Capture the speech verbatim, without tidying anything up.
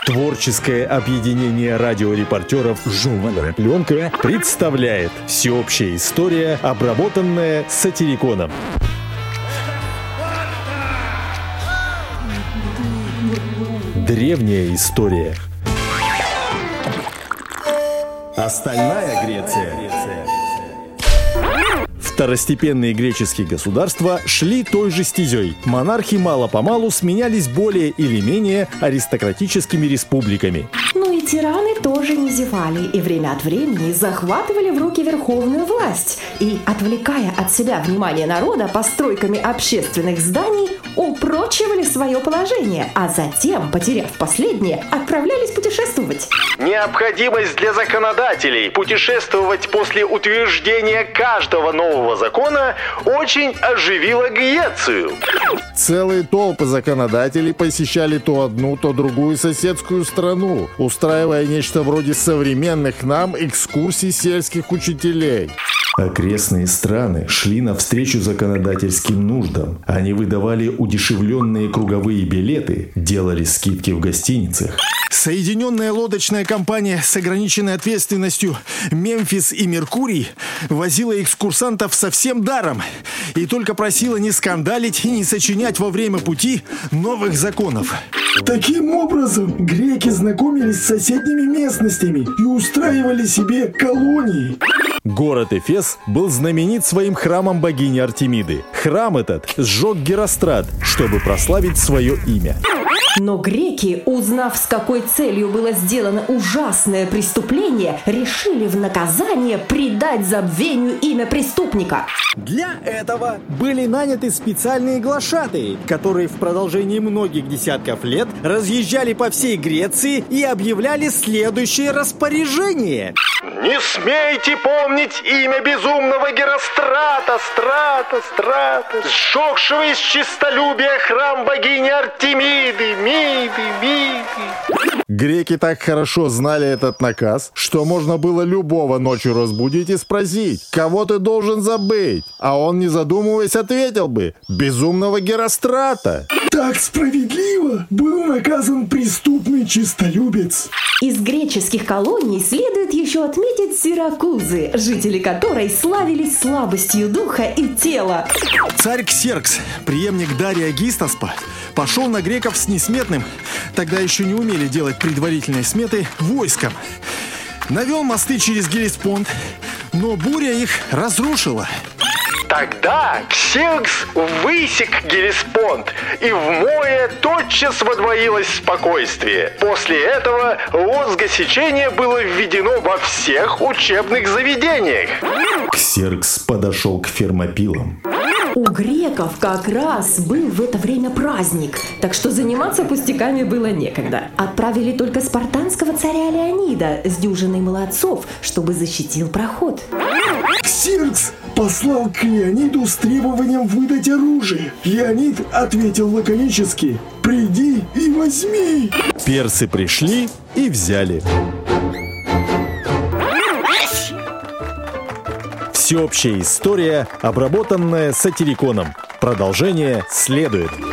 Творческое объединение радиорепортеров «Журнальная пленка» представляет всеобщая история, обработанная сатириконом. Древняя история. Остальная Греция. Второстепенные греческие государства шли той же стезей. Монархи мало-помалу сменялись более или менее аристократическими республиками. Ну и тираны тоже не зевали и время от времени захватывали в руки верховную власть и, отвлекая от себя внимание народа постройками общественных зданий, упрочивали свое положение, а затем, потеряв последнее, отправлялись путешествовать. Необходимость для законодателей путешествовать после утверждения каждого нового закона очень оживила Грецию. Целые толпы законодателей посещали то одну, то другую соседскую страну, устраивая нечто вроде современных нам экскурсий сельских учителей. Окрестные страны шли навстречу законодательским нуждам. Они выдавали удешевленные круговые билеты, делали скидки в гостиницах. Соединенная лодочная компания с ограниченной ответственностью «Мемфис» и «Меркурий» возила экскурсантов совсем даром и только просила не скандалить и не сочинять во время пути новых законов. Таким образом, греки знакомились с соседними местностями и устраивали себе колонии. Город Эфес был знаменит своим храмом богини Артемиды. Храм этот сжег Герострат, чтобы прославить свое имя. Но греки, узнав, с какой целью было сделано ужасное преступление, решили в наказание предать забвению имя преступника. Для этого были наняты специальные глашатаи, которые в продолжении многих десятков лет разъезжали по всей Греции и объявляли следующее распоряжение. Не смейте помнить имя безумного Герострата, Страта, Страта, сжегшего из честолюбия храм богини Артемиды, Миды, Миды. Греки так хорошо знали этот наказ, что можно было любого ночью разбудить и спросить, кого ты должен забыть? А он, не задумываясь, ответил бы: безумного Герострата. Так справедливо был наказан преступный честолюбец. Из греческих колоний следует еще отметить Сиракузы, жители которой славились слабостью духа и тела. Царь Ксеркс, преемник Дария Гистаспа, пошел на греков с несметным, тогда еще не умели делать предварительные сметы, войском. Навел мосты через Геллеспонд, но буря их разрушила. Тогда Ксеркс высек Геллеспонд, и в море тотчас водворилось спокойствие. После этого лозгосечение было введено во всех учебных заведениях. Ксеркс подошел к Фермопилам. У греков как раз был в это время праздник, так что заниматься пустяками было некогда. Отправили только спартанского царя Леонида с дюжиной молодцов, чтобы защитил проход. Ксеркс послал к Леониду с требованием выдать оружие. Леонид ответил лаконически: «Приди и возьми». Персы пришли и взяли. Всеобщая история, обработанная сатириконом. Продолжение следует.